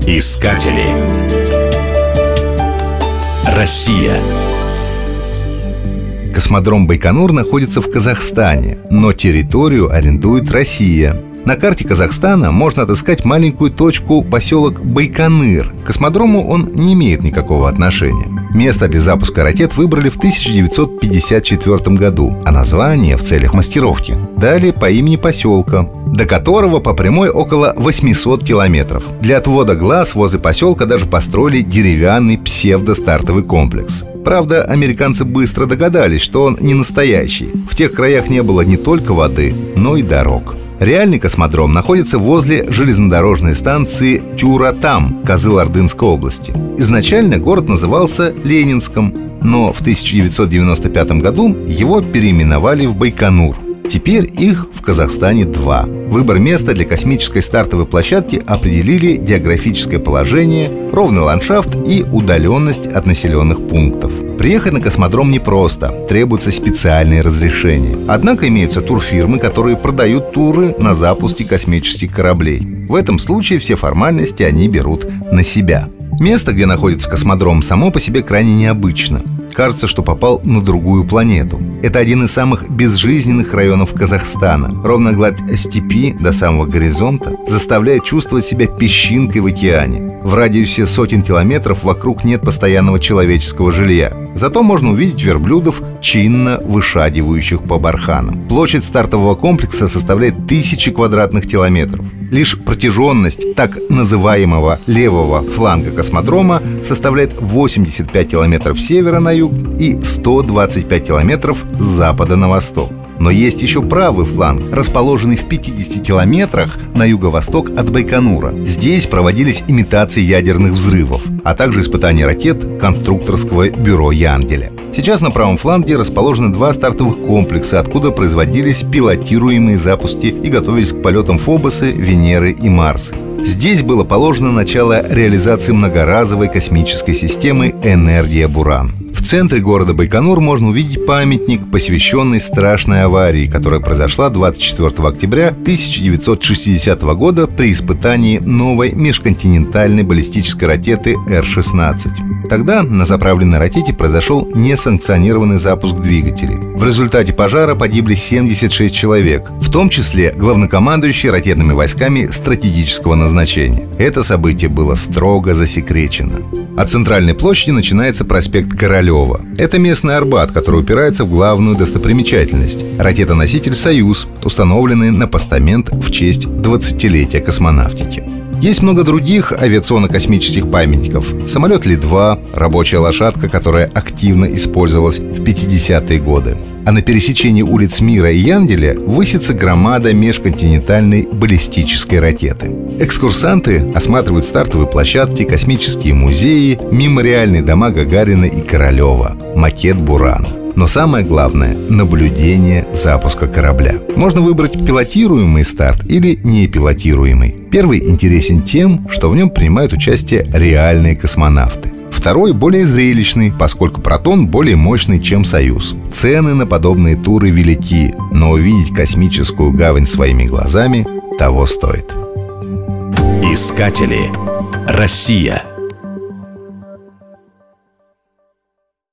Искатели. Россия. Космодром Байконур находится в Казахстане, но территорию арендует Россия. На карте Казахстана можно отыскать маленькую точку поселок Байконыр. К космодрому он не имеет никакого отношения. Место для запуска ракет выбрали в 1954 году, а название в целях маскировки дали по имени поселка, до которого по прямой около 800 километров. Для отвода глаз возле поселка даже построили деревянный псевдостартовый комплекс. Правда, американцы быстро догадались, что он не настоящий. В тех краях не было не только воды, но и дорог. Реальный космодром находится возле железнодорожной станции Тюратам Кызылордынской области. Изначально город назывался Ленинском, но в 1995 году его переименовали в Байконур. Теперь их в Казахстане 2. Выбор места для космической стартовой площадки определили географическое положение, ровный ландшафт и удаленность от населенных пунктов. Приехать на космодром непросто, требуются специальные разрешения. Однако имеются турфирмы, которые продают туры на запуске космических кораблей. В этом случае все формальности они берут на себя. Место, где находится космодром, само по себе крайне необычно. Кажется, что попал на другую планету. Это один из самых безжизненных районов Казахстана. Ровная гладь степи до самого горизонта заставляет чувствовать себя песчинкой в океане. В радиусе сотен километров вокруг нет постоянного человеческого жилья. Зато можно увидеть верблюдов, чинно вышагивающих по барханам. Площадь стартового комплекса составляет 1000 квадратных километров. Лишь протяженность так называемого левого фланга космодрома составляет 85 километров с севера на юг и 125 километров с запада на восток. Но есть еще правый фланг, расположенный в 50 километрах на юго-восток от Байконура. Здесь проводились имитации ядерных взрывов, а также испытания ракет конструкторского бюро Янделя. Сейчас на правом фланге расположены 2 стартовых комплекса, откуда производились пилотируемые запуски и готовились к полетам Фобосы, Венеры и Марса. Здесь было положено начало реализации многоразовой космической системы «Энергия-Буран». В центре города Байконур можно увидеть памятник, посвященный страшной аварии, которая произошла 24 октября 1960 года при испытании новой межконтинентальной баллистической ракеты Р-16. Тогда на заправленной ракете произошел несанкционированный запуск двигателей. В результате пожара погибли 76 человек, в том числе главнокомандующий ракетными войсками стратегического назначения. Это событие было строго засекречено. От центральной площади начинается проспект Королева. Это местный Арбат, который упирается в главную достопримечательность – ракетоноситель «Союз», установленный на постамент в честь 20-летия космонавтики. Есть много других авиационно-космических памятников. Самолет Ли-2, рабочая лошадка, которая активно использовалась в 50-е годы. А на пересечении улиц Мира и Янделя высится громада межконтинентальной баллистической ракеты. Экскурсанты осматривают стартовые площадки, космические музеи, мемориальные дома Гагарина и Королева, макет «Бурана». Но самое главное – наблюдение запуска корабля. Можно выбрать пилотируемый старт или непилотируемый. Первый интересен тем, что в нем принимают участие реальные космонавты. Второй более зрелищный, поскольку «Протон» более мощный, чем «Союз». Цены на подобные туры велики, но увидеть космическую гавань своими глазами того стоит. Искатели. Россия.